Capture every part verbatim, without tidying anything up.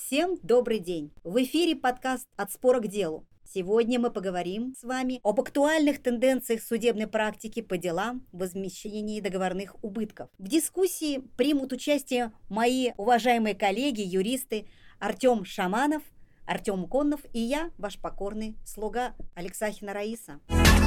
Всем добрый день! В эфире подкаст «От спора к делу». Сегодня мы поговорим с вами об актуальных тенденциях судебной практики по делам возмещения договорных убытков. В дискуссии примут участие мои уважаемые коллеги, юристы Артем Шаманов, Артем Коннов и я, ваш покорный слуга Алексахина Раиса.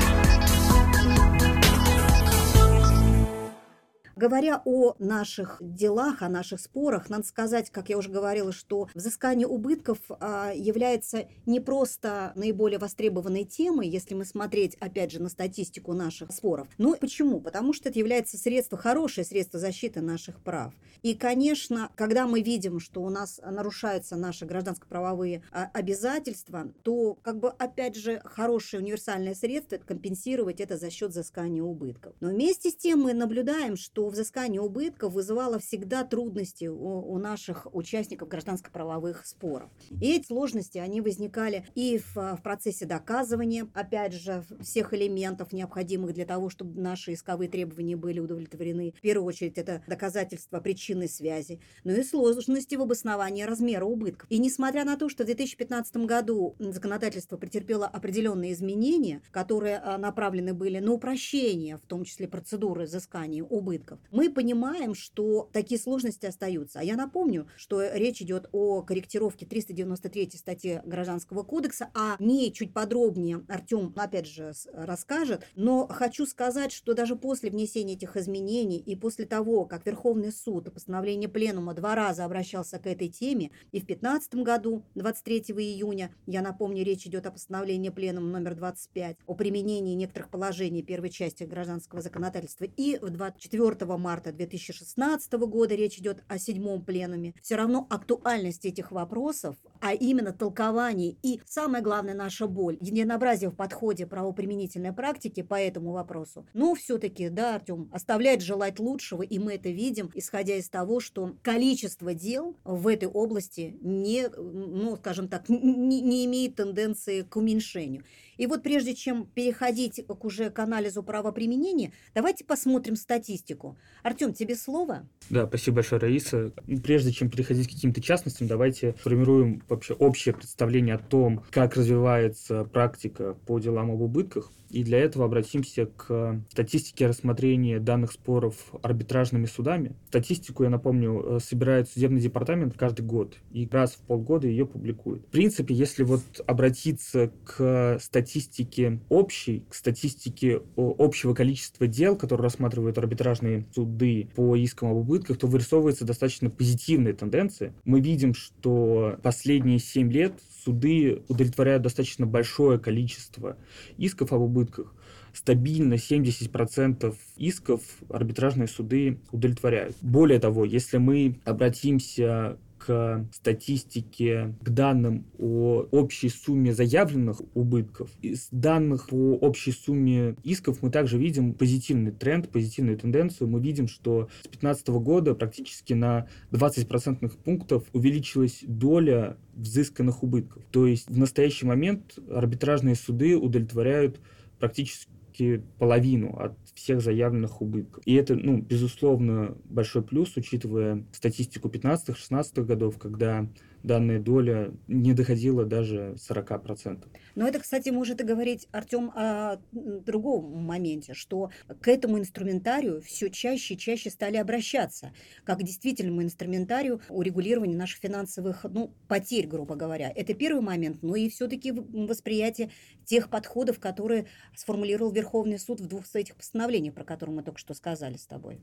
Говоря о наших делах, о наших спорах, надо сказать, как я уже говорила, что взыскание убытков а, является не просто наиболее востребованной темой, если мы смотреть, опять же, на статистику наших споров. Ну, почему? Потому что это является средство, хорошее средство защиты наших прав. И, конечно, когда мы видим, что у нас нарушаются наши гражданско-правовые а, обязательства, то, как бы, опять же, хорошее универсальное средство – это компенсировать это за счет взыскания убытков. Но вместе с тем мы наблюдаем, что взыскание убытков вызывало всегда трудности у, у наших участников гражданско-правовых споров. И эти сложности, они возникали и в, в процессе доказывания, опять же, всех элементов, необходимых для того, чтобы наши исковые требования были удовлетворены. В первую очередь, это доказательство причинной связи, но и сложности в обосновании размера убытков. И несмотря на то, что в две тысячи пятнадцатом году законодательство претерпело определенные изменения, которые направлены были на упрощение, в том числе процедуры взыскания убытков, мы понимаем, что такие сложности остаются. А я напомню, что речь идет о корректировке триста девяносто третьей статьи Гражданского кодекса, а не чуть подробнее Артем, опять же, расскажет. Но хочу сказать, что даже после внесения этих изменений и после того, как Верховный суд по постановлению Пленума два раза обращался к этой теме, и в две тысячи пятнадцатом году, двадцать третьего июня, я напомню, речь идет о постановлении Пленума номер двадцать пять, о применении некоторых положений первой части гражданского законодательства, и в двадцать четвёртого марта две тысячи шестнадцатого года речь идет о седьмом пленуме. Все равно актуальность этих вопросов, а именно толкование и, самое главное, наша боль, единообразие в подходе правоприменительной практики по этому вопросу, но все-таки, да, Артем, оставляет желать лучшего, и мы это видим, исходя из того, что количество дел в этой области не, ну, скажем так, не, не имеет тенденции к уменьшению. И вот прежде чем переходить к уже к анализу правоприменения, давайте посмотрим статистику. Артем, тебе слово? Да, спасибо большое, Раиса. Прежде чем переходить к каким-то частностям, давайте сформируем вообще общее представление о том, как развивается практика по делам об убытках. И для этого обратимся к статистике рассмотрения данных споров арбитражными судами. Статистику, я напомню, собирает судебный департамент каждый год и раз в полгода ее публикует. В принципе, если вот обратиться к статистике общей, к статистике общего количества дел, которые рассматривают арбитражные суды по искам об убытках, то вырисовывается достаточно позитивная тенденция. Мы видим, что последние семь лет суды удовлетворяют достаточно большое количество исков об убытках. Стабильно семьдесят процентов исков арбитражные суды удовлетворяют. Более того, если мы обратимся к статистике, к данным о общей сумме заявленных убытков, из данных по общей сумме исков мы также видим позитивный тренд, позитивную тенденцию. Мы видим, что с две тысячи пятнадцатого года практически на двадцать процентных пунктов увеличилась доля взысканных убытков. То есть в настоящий момент арбитражные суды удовлетворяют практически половину от всех заявленных убытков. И это, ну, безусловно, большой плюс, учитывая статистику пятнадцатых-шестнадцатых годов, когда данная доля не доходила даже сорока процентов. Но это, кстати, может и говорить, Артем, о другом моменте, что к этому инструментарию все чаще и чаще стали обращаться, как к действительному инструментарию урегулирования наших финансовых, ну, потерь, грубо говоря. Это первый момент, но и все-таки восприятие тех подходов, которые сформулировал Верховный суд в двух этих постановлениях, про которые мы только что сказали с тобой.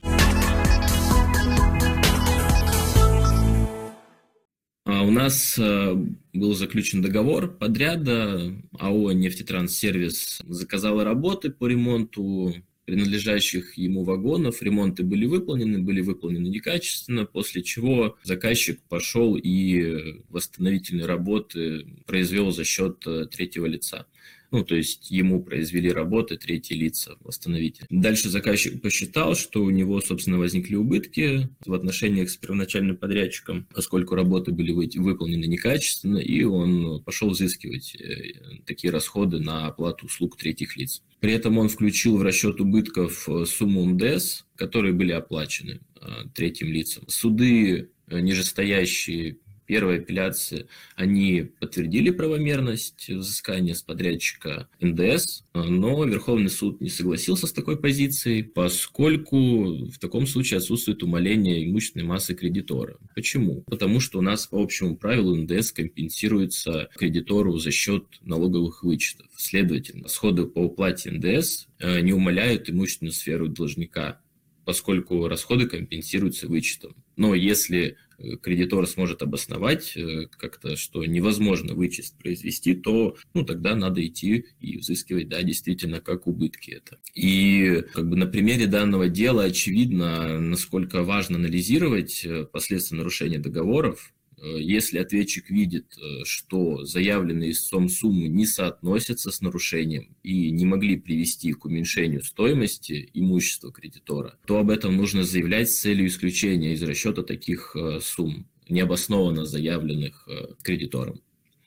У нас был заключен договор подряда, АО «Нефтетранссервис» заказала работы по ремонту принадлежащих ему вагонов. Ремонты были выполнены, были выполнены некачественно, после чего заказчик пошел и восстановительные работы произвел за счет третьего лица. Ну, то есть ему произвели работы третьи лица, восстановители. Дальше заказчик посчитал, что у него, собственно, возникли убытки в отношениях с первоначальным подрядчиком, поскольку работы были выполнены некачественно, и он пошел взыскивать такие расходы на оплату услуг третьих лиц. При этом он включил в расчет убытков сумму эн дэ эс, которые были оплачены третьим лицам. Суды, нижестоящие первой апелляции они подтвердили правомерность взыскания с подрядчика эн дэ эс, но Верховный суд не согласился с такой позицией, поскольку в таком случае отсутствует умаление имущественной массы кредитора. Почему? Потому что у нас по общему правилу эн дэ эс компенсируется кредитору за счет налоговых вычетов. Следовательно, расходы по уплате эн дэ эс не умаляют имущественную сферу должника, поскольку расходы компенсируются вычетом. Но если кредитор сможет обосновать как-то, что невозможно вычет произвести, то ну, тогда надо идти и взыскивать, да, действительно, как убытки это. И как бы на примере данного дела очевидно, насколько важно анализировать последствия нарушения договоров. Если ответчик видит, что заявленные истцом суммы не соотносятся с нарушением и не могли привести к уменьшению стоимости имущества кредитора, то об этом нужно заявлять с целью исключения из расчета таких сумм, необоснованно заявленных кредитором.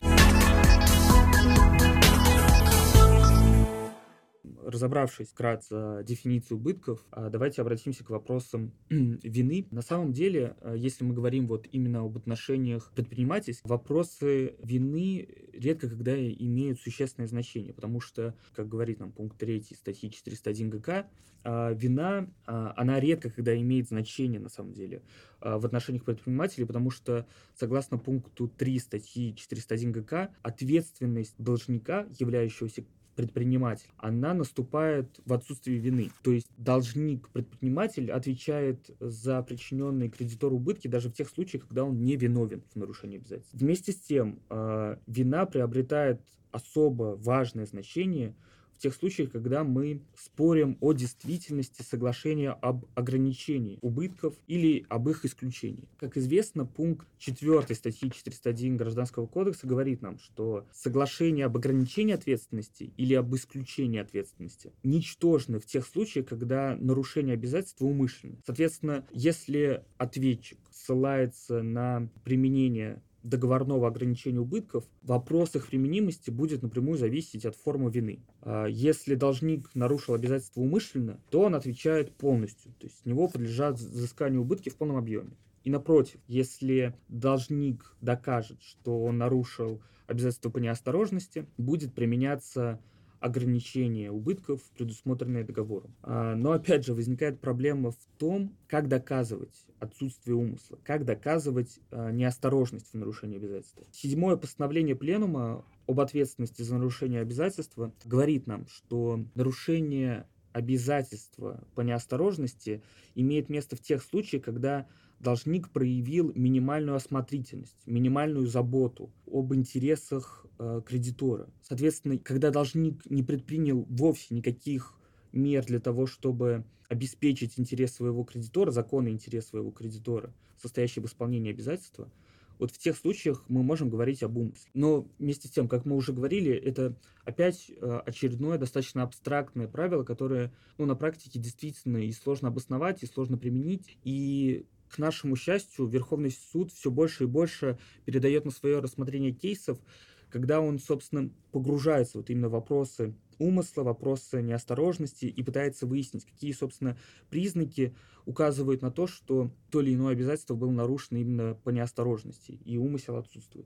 Разобравшись вкратце дефиницию убытков, давайте обратимся к вопросам вины. На самом деле, если мы говорим вот именно об отношениях предпринимательств, вопросы вины редко когда имеют существенное значение, потому что, как говорит нам пункт третий статьи четыреста один гэ ка, вина, она редко когда имеет значение на самом деле в отношениях предпринимателей, потому что, согласно пункту три статьи четыреста один гэ ка, ответственность должника, являющегося предприниматель, она наступает в отсутствии вины. То есть должник-предприниматель отвечает за причиненные кредитору убытки даже в тех случаях, когда он не виновен в нарушении обязательств. Вместе с тем, вина приобретает особо важное значение в тех случаях, когда мы спорим о действительности соглашения об ограничении убытков или об их исключении. Как известно, пункт четыре статьи четыреста один Гражданского кодекса говорит нам, что соглашение об ограничении ответственности или об исключении ответственности ничтожны в тех случаях, когда нарушение обязательства умышленно. Соответственно, если ответчик ссылается на применение договорного ограничения убытков, вопрос их применимости будет напрямую зависеть от формы вины. Если должник нарушил обязательства умышленно, то он отвечает полностью, то есть с него подлежат взысканию убытки в полном объеме. И напротив, если должник докажет, что он нарушил обязательства по неосторожности, будет применяться ограничение убытков, предусмотренные договором. Но опять же возникает проблема в том, как доказывать отсутствие умысла, как доказывать неосторожность в нарушении обязательства. Седьмое постановление Пленума об ответственности за нарушение обязательства говорит нам, что нарушение обязательства по неосторожности имеет место в тех случаях, когда должник проявил минимальную осмотрительность, минимальную заботу об интересах э, кредитора. Соответственно, когда должник не предпринял вовсе никаких мер для того, чтобы обеспечить интерес своего кредитора, законный интерес своего кредитора, состоящий в исполнении обязательства, вот в тех случаях мы можем говорить об умысле. Но вместе с тем, как мы уже говорили, это опять очередное достаточно абстрактное правило, которое ну, на практике действительно и сложно обосновать, и сложно применить. И к нашему счастью, Верховный суд все больше и больше передает на свое рассмотрение кейсов, когда он, собственно, погружается вот именно в вопросы умысла, вопросы неосторожности и пытается выяснить, какие, собственно, признаки указывают на то, что то или иное обязательство было нарушено именно по неосторожности, и умысел отсутствует.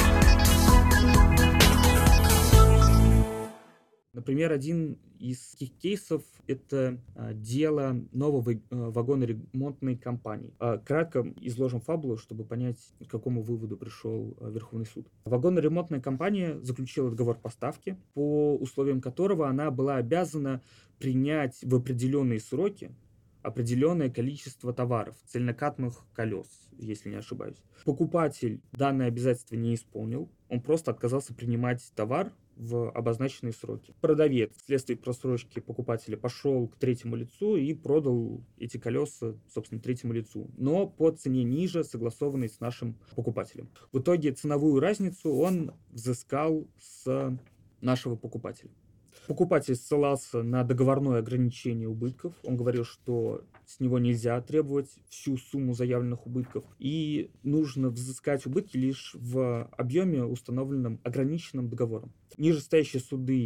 Например, один из таких кейсов – это дело новой вагоноремонтной компании. Кратко изложим фабулу, чтобы понять, к какому выводу пришел Верховный суд. Вагоноремонтная компания заключила договор поставки, по условиям которого она была обязана принять в определенные сроки определенное количество товаров, цельнокатных колес, если не ошибаюсь. Покупатель данное обязательство не исполнил, он просто отказался принимать товар в обозначенные сроки. Продавец вследствие просрочки покупателя пошел к третьему лицу и продал эти колеса, собственно, третьему лицу, но по цене ниже, согласованной с нашим покупателем. В итоге ценовую разницу он взыскал с нашего покупателя. Покупатель ссылался на договорное ограничение убытков. Он говорил, что с него нельзя требовать всю сумму заявленных убытков, и нужно взыскать убытки лишь в объеме, установленном ограниченным договором. Нижестоящие суды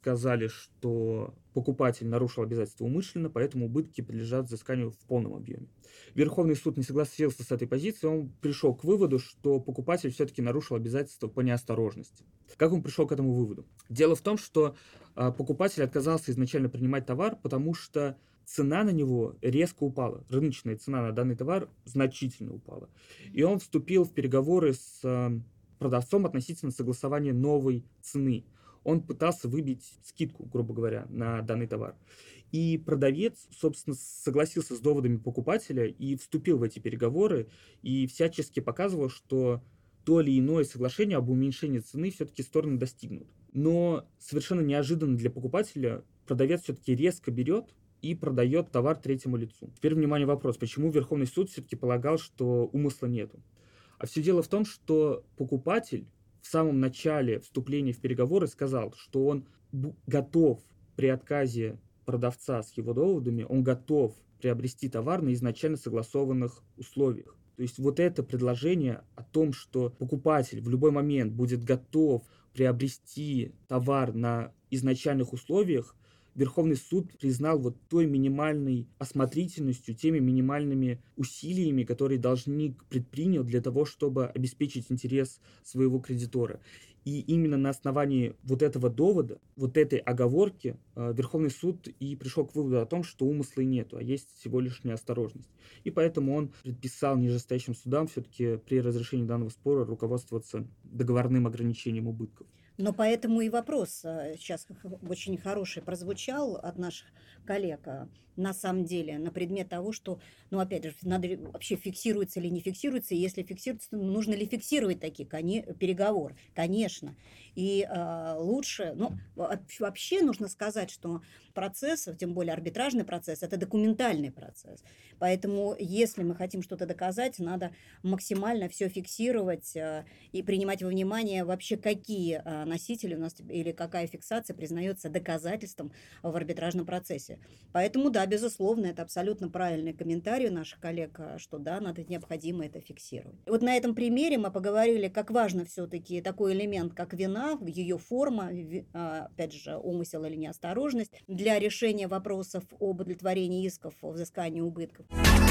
сказали, что покупатель нарушил обязательства умышленно, поэтому убытки подлежат взысканию в полном объеме. Верховный суд не согласился с этой позицией, он пришел к выводу, что покупатель все-таки нарушил обязательства по неосторожности. Как он пришел к этому выводу? Дело в том, что а, покупатель отказался изначально принимать товар, потому что цена на него резко упала. Рыночная цена на данный товар значительно упала. И он вступил в переговоры с а, продавцом относительно согласования новой цены. Он пытался выбить скидку, грубо говоря, на данный товар. И продавец, собственно, согласился с доводами покупателя и вступил в эти переговоры и всячески показывал, что то или иное соглашение об уменьшении цены все-таки стороны достигнут. Но совершенно неожиданно для покупателя продавец все-таки резко берет и продает товар третьему лицу. Теперь, внимание, вопрос, почему Верховный суд все-таки полагал, что умысла нету? А все дело в том, что покупатель в самом начале вступления в переговоры сказал, что он готов при отказе продавца с его доводами, он готов приобрести товар на изначально согласованных условиях. То есть вот это предложение о том, что покупатель в любой момент будет готов приобрести товар на изначальных условиях, Верховный суд признал вот той минимальной осмотрительностью, теми минимальными усилиями, которые должник предпринял для того, чтобы обеспечить интерес своего кредитора. И именно на основании вот этого довода, вот этой оговорки, Верховный суд и пришел к выводу о том, что умысла нету, а есть всего лишь неосторожность. И поэтому он предписал нижестоящим судам все-таки при разрешении данного спора руководствоваться договорным ограничением убытков. Но поэтому и вопрос сейчас очень хороший прозвучал от наших коллег, на самом деле, на предмет того, что, ну, опять же, надо вообще фиксируется или не фиксируется, и если фиксируется, нужно ли фиксировать такие переговоры, конечно. И э, лучше, ну, вообще нужно сказать, что процесс, тем более арбитражный процесс, это документальный процесс. Поэтому, если мы хотим что-то доказать, надо максимально все фиксировать э, и принимать во внимание вообще, какие э, носители у нас или какая фиксация признается доказательством в арбитражном процессе. Поэтому, да, безусловно, это абсолютно правильный комментарий наших коллег, что да, надо необходимо это фиксировать. Вот на этом примере мы поговорили, как важно все-таки такой элемент, как вина, ее форма, опять же, умысел или неосторожность, для решения вопросов об удовлетворении исков о взыскании убытков.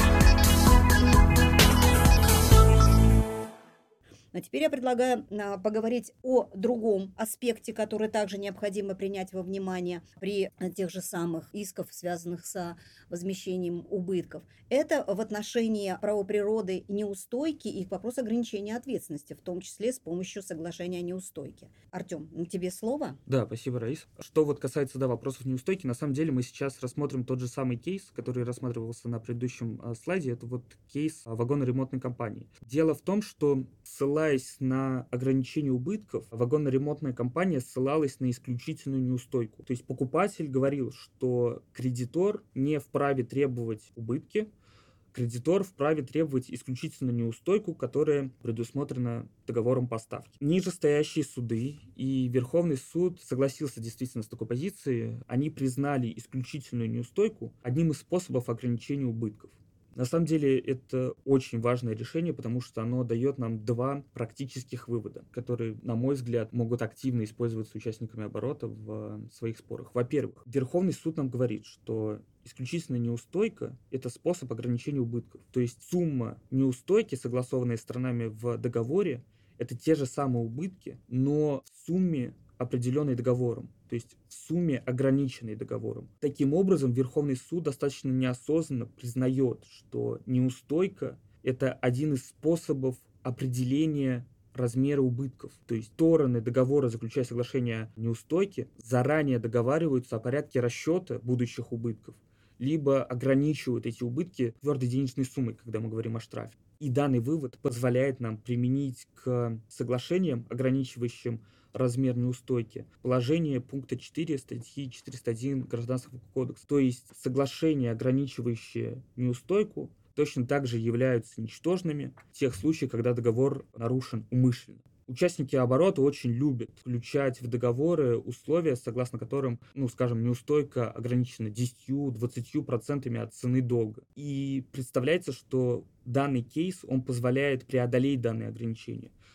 Но теперь я предлагаю поговорить о другом аспекте, который также необходимо принять во внимание при тех же самых исках, связанных с возмещением убытков. Это в отношении права природы неустойки и вопрос ограничения ответственности, в том числе с помощью соглашения о неустойке. Артем, тебе слово? Да, спасибо, Раис. Что вот касается да, вопросов неустойки, на самом деле мы сейчас рассмотрим тот же самый кейс, который рассматривался на предыдущем слайде. Это вот кейс вагоноремонтной компании. Дело в том, что ссылаясь на ограничение убытков, вагоноремонтная компания ссылалась на исключительную неустойку. То есть покупатель говорил, что кредитор не вправе требовать убытки, кредитор вправе требовать исключительно неустойку, которая предусмотрена договором поставки. Нижестоящие суды и Верховный суд согласился действительно с такой позицией. Они признали исключительную неустойку одним из способов ограничения убытков. На самом деле это очень важное решение, потому что оно дает нам два практических вывода, которые, на мой взгляд, могут активно использоваться участниками оборота в своих спорах. Во-первых, Верховный суд нам говорит, что исключительная неустойка – это способ ограничения убытков. То есть сумма неустойки, согласованная сторонами в договоре, это те же самые убытки, но в сумме, определенной договором, то есть в сумме, ограниченной договором. Таким образом, Верховный суд достаточно неосознанно признает, что неустойка – это один из способов определения размера убытков. То есть стороны договора, заключая соглашение о неустойке, заранее договариваются о порядке расчета будущих убытков, либо ограничивают эти убытки твердой денежной суммой, когда мы говорим о штрафе. И данный вывод позволяет нам применить к соглашениям, ограничивающим размер неустойки, положение пункта четыре статьи четыреста один Гражданского кодекса. То есть соглашения, ограничивающие неустойку, точно так же являются ничтожными в тех случаях, когда договор нарушен умышленно. Участники оборота очень любят включать в договоры условия, согласно которым, ну, скажем, неустойка ограничена десятью-двадцатью процентами от цены долга. И представляется, что данный кейс, он позволяет преодолеть данные ограничения.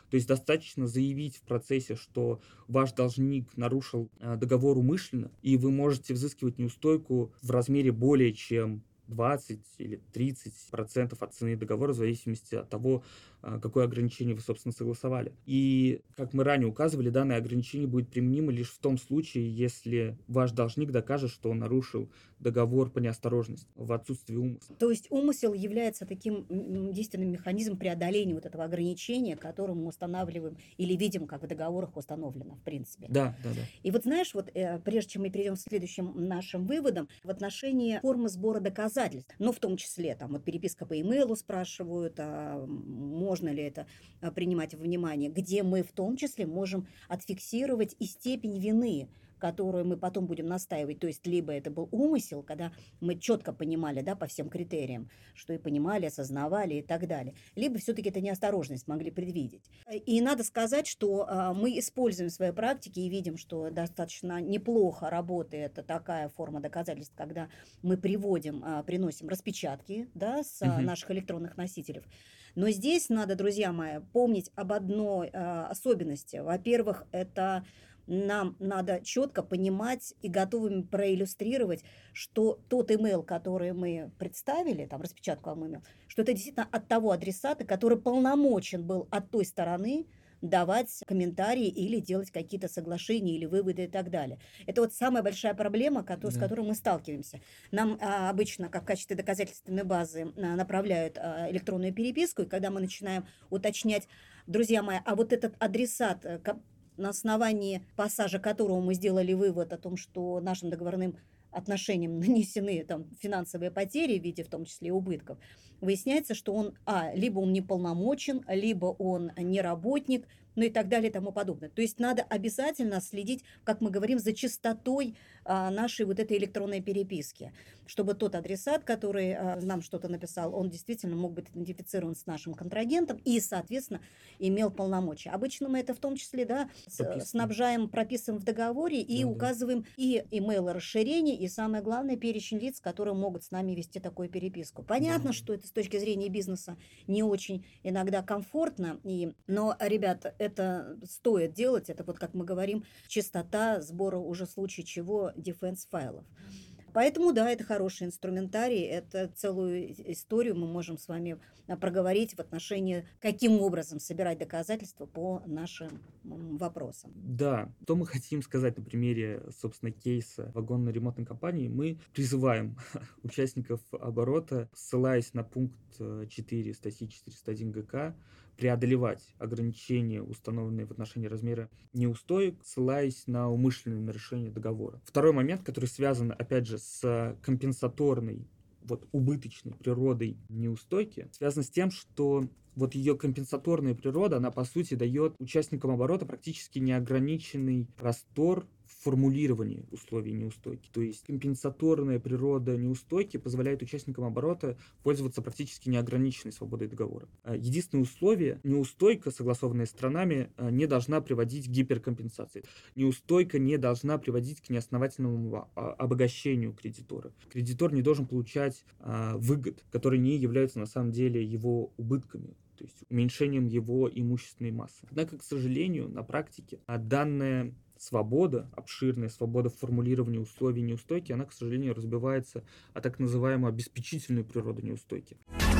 То есть достаточно заявить в процессе, что ваш должник нарушил э, договор умышленно, и вы можете взыскивать неустойку в размере более чем двадцать или тридцать процентов от цены договора в зависимости от того, какое ограничение вы, собственно, согласовали. И, как мы ранее указывали, данное ограничение будет применимо лишь в том случае, если ваш должник докажет, что он нарушил договор по неосторожности в отсутствии умысла. То есть умысел является таким действенным механизмом преодоления вот этого ограничения, которое мы устанавливаем или видим, как в договорах установлено, в принципе. Да, да, да. И вот знаешь, вот э, прежде чем мы перейдем к следующим нашим выводам, в отношении формы сбора доказательств, но в том числе там вот переписка по имейлу спрашивают, а можно ли это принимать во внимание, где мы в том числе можем отфиксировать и степень вины, которую мы потом будем настаивать. То есть либо это был умысел, когда мы четко понимали, да, по всем критериям, что и понимали, осознавали и так далее. Либо все-таки это неосторожность могли предвидеть. И надо сказать, что а, мы используем в своей практике и видим, что достаточно неплохо работает такая форма доказательств, когда мы приводим, а, приносим распечатки, да, с угу. наших электронных носителей. Но здесь надо, друзья мои, помнить об одной а, особенности. Во-первых, это нам надо четко понимать и готовыми проиллюстрировать, что тот имейл, который мы представили, там распечатку имейл, что это действительно от того адресата, который полномочен был от той стороны давать комментарии или делать какие-то соглашения или выводы и так далее. Это вот самая большая проблема, который, да. с которой мы сталкиваемся. Нам а, обычно, как в качестве доказательственной базы, а, направляют а, электронную переписку, и когда мы начинаем уточнять, друзья мои, а вот этот адресат, на основании пассажа которого мы сделали вывод о том, что нашим договорным отношениям нанесены там финансовые потери в виде, в том числе, убытков, выясняется, что он, а, либо он неполномочен, либо он не работник, ну и так далее и тому подобное. То есть надо обязательно следить, как мы говорим, за чистотой а, нашей вот этой электронной переписки, чтобы тот адресат, который а, нам что-то написал, он действительно мог быть идентифицирован с нашим контрагентом и, соответственно, имел полномочия. Обычно мы это в том числе, да, с, снабжаем, прописываем в договоре и да, указываем да. и имейлы расширения, и самое главное, перечень лиц, которые могут с нами вести такую переписку. Понятно, да. что это с точки зрения бизнеса не очень иногда комфортно, и... но, ребята, это стоит делать, это вот, как мы говорим, чистота сбора уже в случае чего дефенс файлов. Поэтому, да, это хороший инструментарий, это целую историю мы можем с вами проговорить в отношении, каким образом собирать доказательства по нашим вопросам. Да, что мы хотим сказать на примере, собственно, кейса вагонно-ремонтной компании. Мы призываем участников оборота, ссылаясь на пункт четыре статьи четыреста один ГК, преодолевать ограничения, установленные в отношении размера неустоек, ссылаясь на умышленное нарушение договора. Второй момент, который связан, опять же, с компенсаторной, вот убыточной природой неустойки, связан с тем, что вот ее компенсаторная природа, она, по сути, дает участникам оборота практически неограниченный простор в формулировании условий неустойки. То есть компенсаторная природа неустойки позволяет участникам оборота пользоваться практически неограниченной свободой договора. Единственное условие — неустойка, согласованная сторонами, не должна приводить к гиперкомпенсации. Неустойка не должна приводить к неосновательному обогащению кредитора. Кредитор не должен получать выгод, которые не являются на самом деле его убытками, то есть уменьшением его имущественной массы. Однако, к сожалению, на практике данная свобода, обширная свобода в формулировании условий неустойки, она, к сожалению, разбивается о так называемую обеспечительную природу неустойки.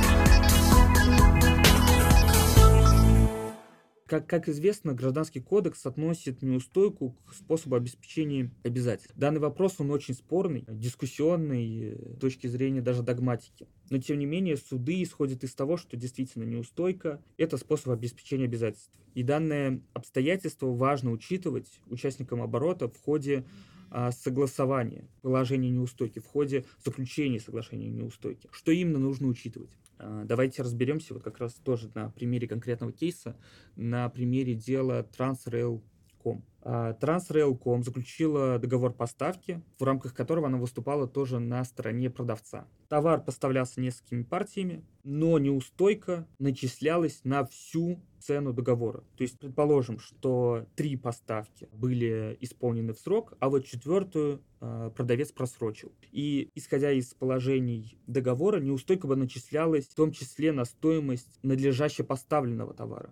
Как, как известно, Гражданский кодекс относит неустойку к способу обеспечения обязательств. Данный вопрос, он очень спорный, дискуссионный, с точки зрения даже догматики. Но, тем не менее, суды исходят из того, что действительно неустойка – это способ обеспечения обязательств. И данное обстоятельство важно учитывать участникам оборота в ходе а, согласования положения неустойки, в ходе заключения соглашения неустойки. Что именно нужно учитывать? Давайте разберемся вот как раз тоже на примере конкретного кейса, на примере дела Трансрейл точка ком. Трансрейл точка ком заключила договор поставки, в рамках которого она выступала тоже на стороне продавца. Товар поставлялся несколькими партиями, но неустойка начислялась на всю цену договора. То есть, предположим, что три поставки были исполнены в срок, а вот четвертую э, продавец просрочил. И, исходя из положений договора, неустойка бы начислялась в том числе на стоимость надлежаще поставленного товара.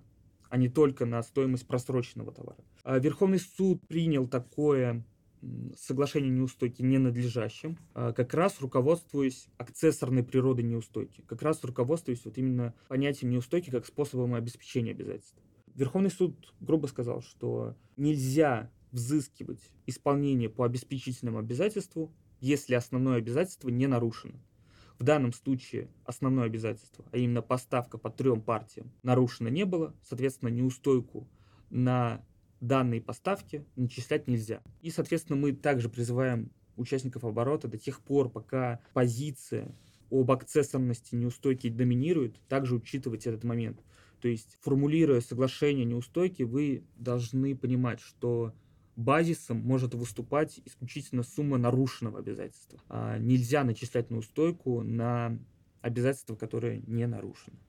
а не только на стоимость просроченного товара. Верховный суд принял такое соглашение неустойки ненадлежащим, как раз руководствуясь акцессорной природой неустойки, как раз руководствуясь вот именно понятием неустойки как способом обеспечения обязательств. Верховный суд грубо сказал, что нельзя взыскивать исполнение по обеспечительному обязательству, если основное обязательство не нарушено. В данном случае основное обязательство, а именно поставка по трем партиям, нарушено не было, соответственно, неустойку на данные поставки начислять нельзя. И, соответственно, мы также призываем участников оборота до тех пор, пока позиция об акцессорности неустойки доминирует, также учитывать этот момент. То есть, формулируя соглашение неустойки, вы должны понимать, что базисом может выступать исключительно сумма нарушенного обязательства. А нельзя начислять неустойку на обязательства, которые не нарушены.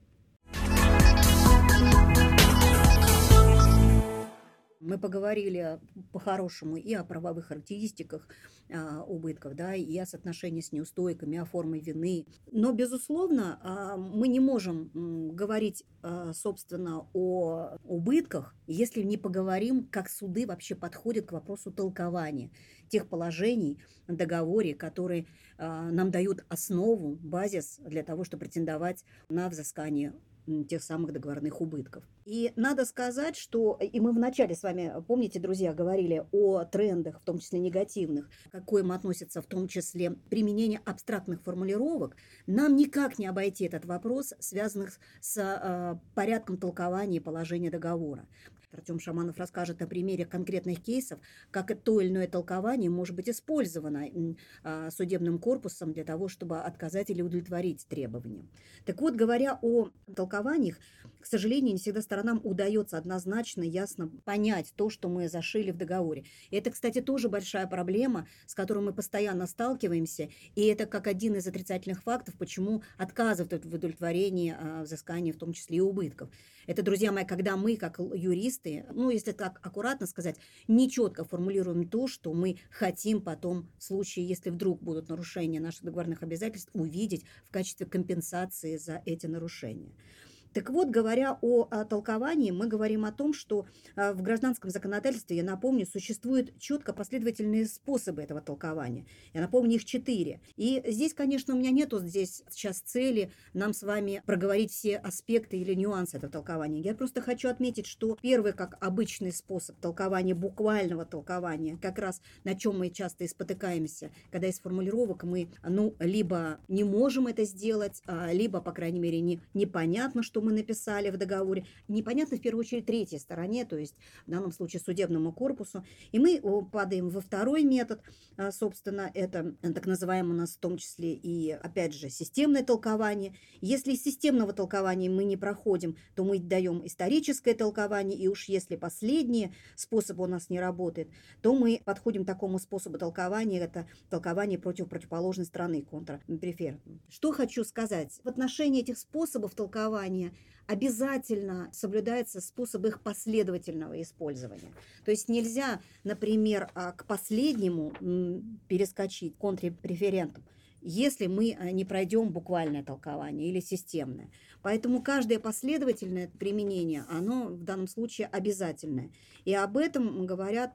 Мы поговорили по-хорошему и о правовых характеристиках а, убытков, да, и о соотношении с неустойками, о форме вины. Но, безусловно, а, мы не можем м, говорить, а, собственно, о убытках, если не поговорим, как суды вообще подходят к вопросу толкования тех положений в договоре, которые а, нам дают основу, базис для того, чтобы претендовать на взыскание тех самых договорных убытков. И надо сказать, что, и мы вначале с вами, помните, друзья, говорили о трендах, в том числе негативных, к коим относится в том числе применение абстрактных формулировок, нам никак не обойти этот вопрос, связанный с э, порядком толкования положения договора. Артем Шаманов расскажет на примере конкретных кейсов, как то или иное толкование может быть использовано э, судебным корпусом для того, чтобы отказать или удовлетворить требованиям. Так вот, говоря о толкованиях, к сожалению, не всегда сторонам удается однозначно, ясно понять то, что мы зашили в договоре. И это, кстати, тоже большая проблема, с которой мы постоянно сталкиваемся, и это как один из отрицательных фактов, почему отказывают в удовлетворении э, взыскания, в том числе и убытков. Это, друзья мои, когда мы, как юристы, ну, если так аккуратно сказать, нечетко формулируем то, что мы хотим потом, в случае, если вдруг будут нарушения наших договорных обязательств, увидеть в качестве компенсации за эти нарушения. Так вот, говоря о, о толковании, мы говорим о том, что э, в гражданском законодательстве, я напомню, существуют четко последовательные способы этого толкования. Я напомню, их четыре. И здесь, конечно, у меня нету здесь сейчас цели нам с вами проговорить все аспекты или нюансы этого толкования. Я просто хочу отметить, что первый, как обычный способ толкования, буквального толкования, как раз на чем мы часто и спотыкаемся, когда из формулировок мы, ну, либо не можем это сделать, либо, по крайней мере, не, непонятно, что мы написали в договоре. Непонятно, в первую очередь, третьей стороне, то есть в данном случае судебному корпусу. И мы падаем во второй метод, собственно, это так называемое у нас в том числе и, опять же, системное толкование. Если из системного толкования мы не проходим, то мы даем историческое толкование, и уж если последний способ у нас не работает, то мы подходим к такому способу толкования, это толкование против противоположной стороны, контрпрефер. Что хочу сказать? В отношении этих способов толкования обязательно соблюдается способ их последовательного использования. То есть нельзя, например, к последнему перескочить контрпреферентом, если мы не пройдем буквальное толкование или системное. Поэтому каждое последовательное применение, оно в данном случае обязательное. И об этом говорят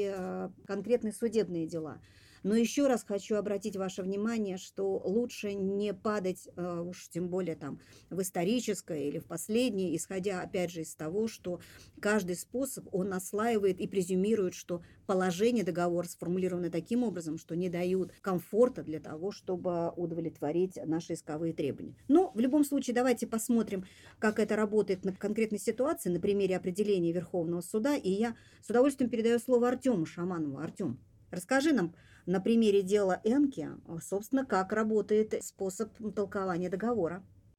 и конкретные судебные дела. Но еще раз хочу обратить ваше внимание, что лучше не падать, уж тем более там в историческое или в последнее, исходя опять же из того, что каждый способ, он наслаивает и презюмирует, что положение договора сформулировано таким образом, что не дают комфорта для того, чтобы удовлетворить наши исковые требования. Но в любом случае давайте посмотрим, как это работает на конкретной ситуации, на примере определения Верховного суда. И я с удовольствием передаю слово Артему Шаманову. Артем, расскажи нам на примере дела Энки, собственно, как работает способ толкования договора.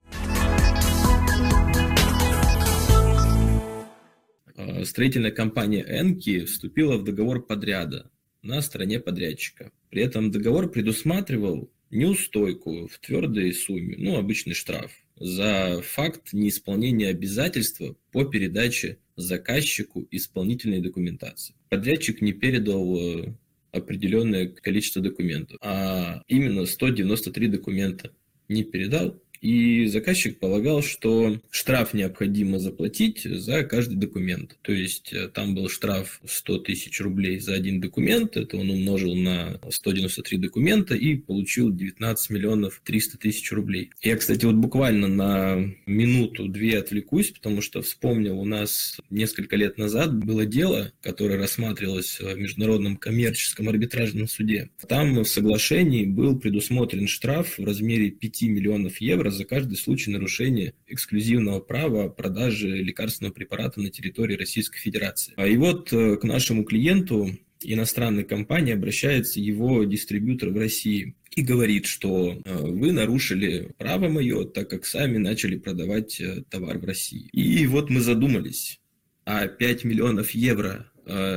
Строительная компания Энки вступила в договор подряда на стороне подрядчика. При этом договор предусматривал неустойку в твердой сумме, ну, обычный штраф, за факт неисполнения обязательства по передаче заказчику исполнительной документации. Подрядчик не передал определенное количество документов, а именно сто девяносто три документа не передал, и заказчик полагал, что штраф необходимо заплатить за каждый документ. То есть там был штраф сто тысяч рублей за один документ, это он умножил на сто девяносто три документа и получил девятнадцать миллионов триста тысяч рублей. Я, кстати, вот буквально на минуту-две отвлекусь, потому что вспомнил, у нас несколько лет назад было дело, которое рассматривалось в Международном коммерческом арбитражном суде. Там в соглашении был предусмотрен штраф в размере пяти миллионов евро за каждый случай нарушения эксклюзивного права продажи лекарственного препарата на территории Российской Федерации. И вот к нашему клиенту иностранной компании обращается его дистрибьютор в России и говорит, что вы нарушили право мое, так как сами начали продавать товар в России. И вот мы задумались, а пять миллионов евро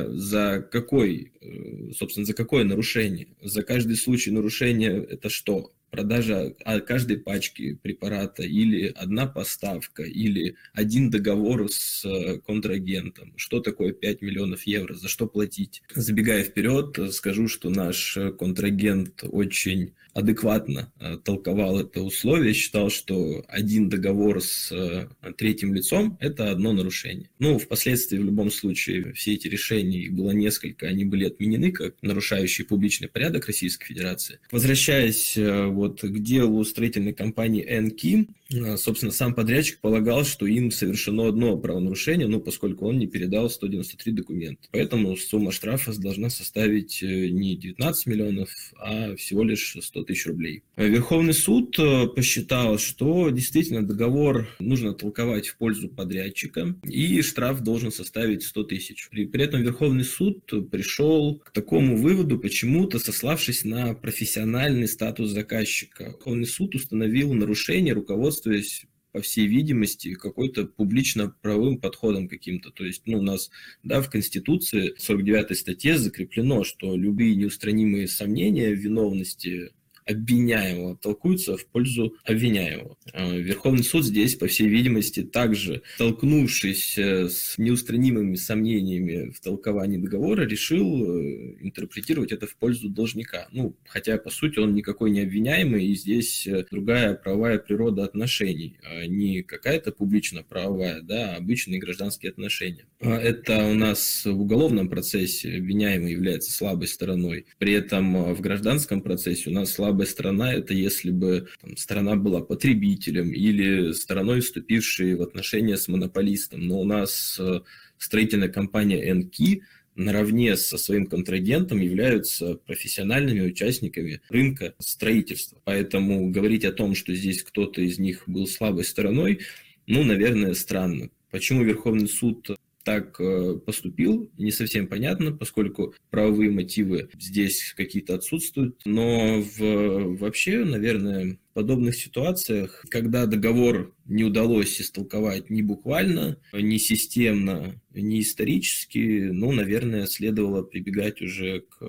за какой, собственно, за какое нарушение? За каждый случай нарушения это что? Продажа каждой пачки препарата или одна поставка, или один договор с контрагентом. Что такое пять миллионов евро? За что платить? Забегая вперед, скажу, что наш контрагент очень адекватно толковал это условие, считал, что один договор с третьим лицом – это одно нарушение. Ну, впоследствии, в любом случае, все эти решения, их было несколько, они были отменены как нарушающие публичный порядок Российской Федерации. Возвращаясь вот к делу строительной компании «Энки», собственно, сам подрядчик полагал, что им совершено одно правонарушение, ну, поскольку он не передал сто девяносто три документа. Поэтому сумма штрафа должна составить не девятнадцать миллионов, а всего лишь сто тысяч рублей. Верховный суд посчитал, что действительно договор нужно толковать в пользу подрядчика, и штраф должен составить сто тысяч. При, при этом Верховный суд пришел к такому выводу, почему-то сославшись на профессиональный статус заказчика. Верховный суд установил нарушение, руководствуясь, по всей видимости, какой-то публично-правовым подходом каким-то. То есть, ну, у нас, да, в Конституции в сорок девятой статье закреплено, что любые неустранимые сомнения в виновности обвиняемого толкуются в пользу обвиняемого. Верховный суд здесь, по всей видимости, также, столкнувшись с неустранимыми сомнениями в толковании договора, решил интерпретировать это в пользу должника. Ну, хотя, по сути, он никакой не обвиняемый, и здесь другая правовая природа отношений, а не какая-то публично-правовая, да, а обычные гражданские отношения. Это у нас в уголовном процессе обвиняемый является слабой стороной. При этом в гражданском процессе у нас слабая сторона – это если бы там, сторона была потребителем или стороной, вступившей в отношения с монополистом. Но у нас строительная компания «Энки» наравне со своим контрагентом являются профессиональными участниками рынка строительства. Поэтому говорить о том, что здесь кто-то из них был слабой стороной, ну, наверное, странно. Почему Верховный суд так поступил, не совсем понятно, поскольку правовые мотивы здесь какие-то отсутствуют. Но в, вообще, наверное, в подобных ситуациях, когда договор не удалось истолковать ни буквально, ни системно, ни исторически, ну, наверное, следовало прибегать уже к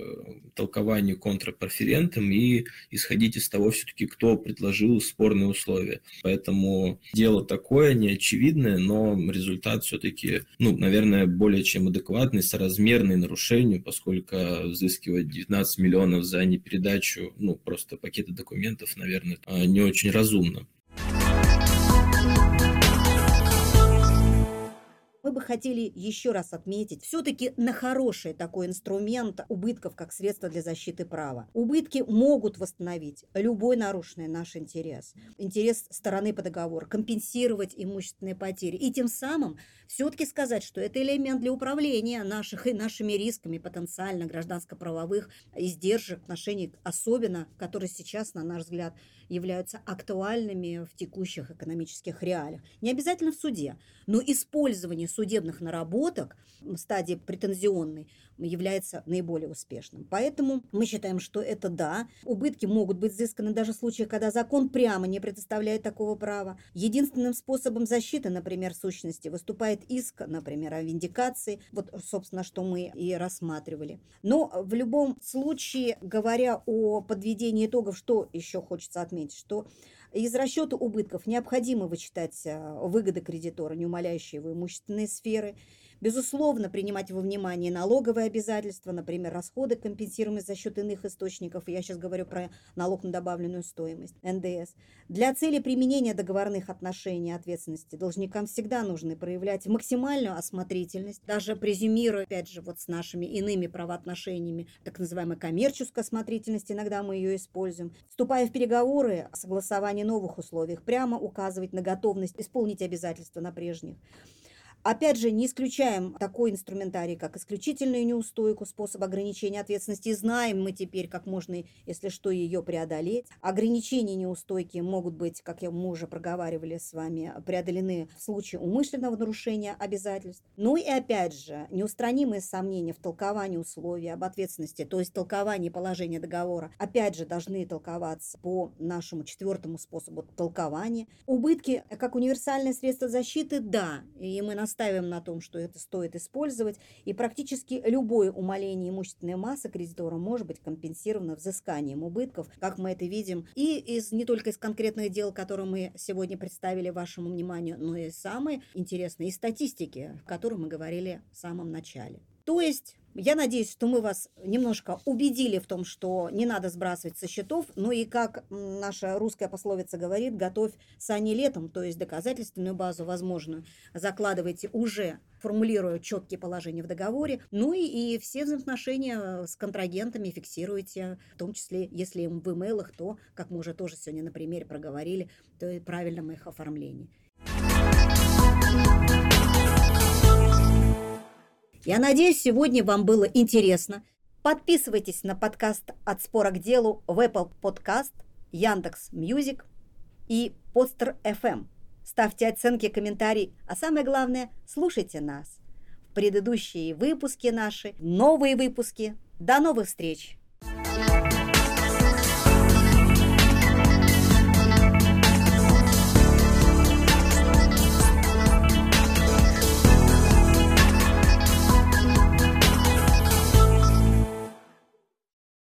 толкованию контрпроферентам и исходить из того все-таки, кто предложил спорные условия. Поэтому дело такое, неочевидное, но результат все-таки, ну, наверное, более чем адекватный, соразмерный нарушению, поскольку взыскивать девятнадцать миллионов за непередачу, ну, просто пакета документов, наверное, не очень разумно. Мы бы хотели еще раз отметить все-таки на хороший такой инструмент убытков как средство для защиты права. Убытки могут восстановить любой нарушенный наш интерес, интерес стороны по договору, компенсировать имущественные потери и тем самым все-таки сказать, что это элемент для управления наших и нашими рисками потенциально гражданско-правовых издержек, отношений, особенно, которые сейчас, на наш взгляд, являются актуальными в текущих экономических реалиях. Не обязательно в суде, но использование судебных наработок в стадии претензионной является наиболее успешным. Поэтому мы считаем, что это да, убытки могут быть взысканы даже в случаях, когда закон прямо не предоставляет такого права. Единственным способом защиты, например, в сущности, выступает иск, например, о виндикации, вот, собственно, что мы и рассматривали. Но в любом случае, говоря о подведении итогов, что еще хочется отметить, что из расчета убытков необходимо вычитать выгоды кредитора, не умаляющие его имущественные сферы. Безусловно, принимать во внимание налоговые обязательства, например, расходы, компенсируемые за счет иных источников. Я сейчас говорю про налог на добавленную стоимость, эн дэ эс. Для цели применения договорных отношений и ответственности должникам всегда нужно проявлять максимальную осмотрительность, даже презюмируя, опять же, вот с нашими иными правоотношениями, так называемая коммерческая осмотрительность, иногда мы ее используем. Вступая в переговоры о согласовании новых условий, прямо указывать на готовность исполнить обязательства на прежних. Опять же, не исключаем такой инструментарий, как исключительную неустойку, способ ограничения ответственности. Знаем мы теперь, как можно, если что, ее преодолеть. Ограничения неустойки могут быть, как мы уже проговаривали с вами, преодолены в случае умышленного нарушения обязательств. Ну и опять же, неустранимые сомнения в толковании условий об ответственности, то есть толковании положения договора, опять же, должны толковаться по нашему четвертому способу толкования. Убытки как универсальное средство защиты, да, и мы настаиваем Ставим на том, что это стоит использовать, и практически любое умаление имущественной массы кредитора может быть компенсировано взысканием убытков, как мы это видим и из, не только из конкретных дел, которые мы сегодня представили вашему вниманию, но и самые интересные из статистики, о которой мы говорили в самом начале. То есть, я надеюсь, что мы вас немножко убедили в том, что не надо сбрасывать со счетов, ну и, как наша русская пословица говорит, готовь сани летом, то есть доказательственную базу возможную закладывайте уже, формулируя четкие положения в договоре, ну и, и все взаимоотношения с контрагентами фиксируйте, в том числе, если в имейлах, то, как мы уже тоже сегодня на примере проговорили, то и правильном их оформлении. Я надеюсь, сегодня вам было интересно. Подписывайтесь на подкаст «От спора к делу» в Apple Podcast, Яндекс.Мьюзик и Podster эф эм. Ставьте оценки, комментарии, а самое главное, слушайте нас. В предыдущие выпуски наши, новые выпуски. До новых встреч!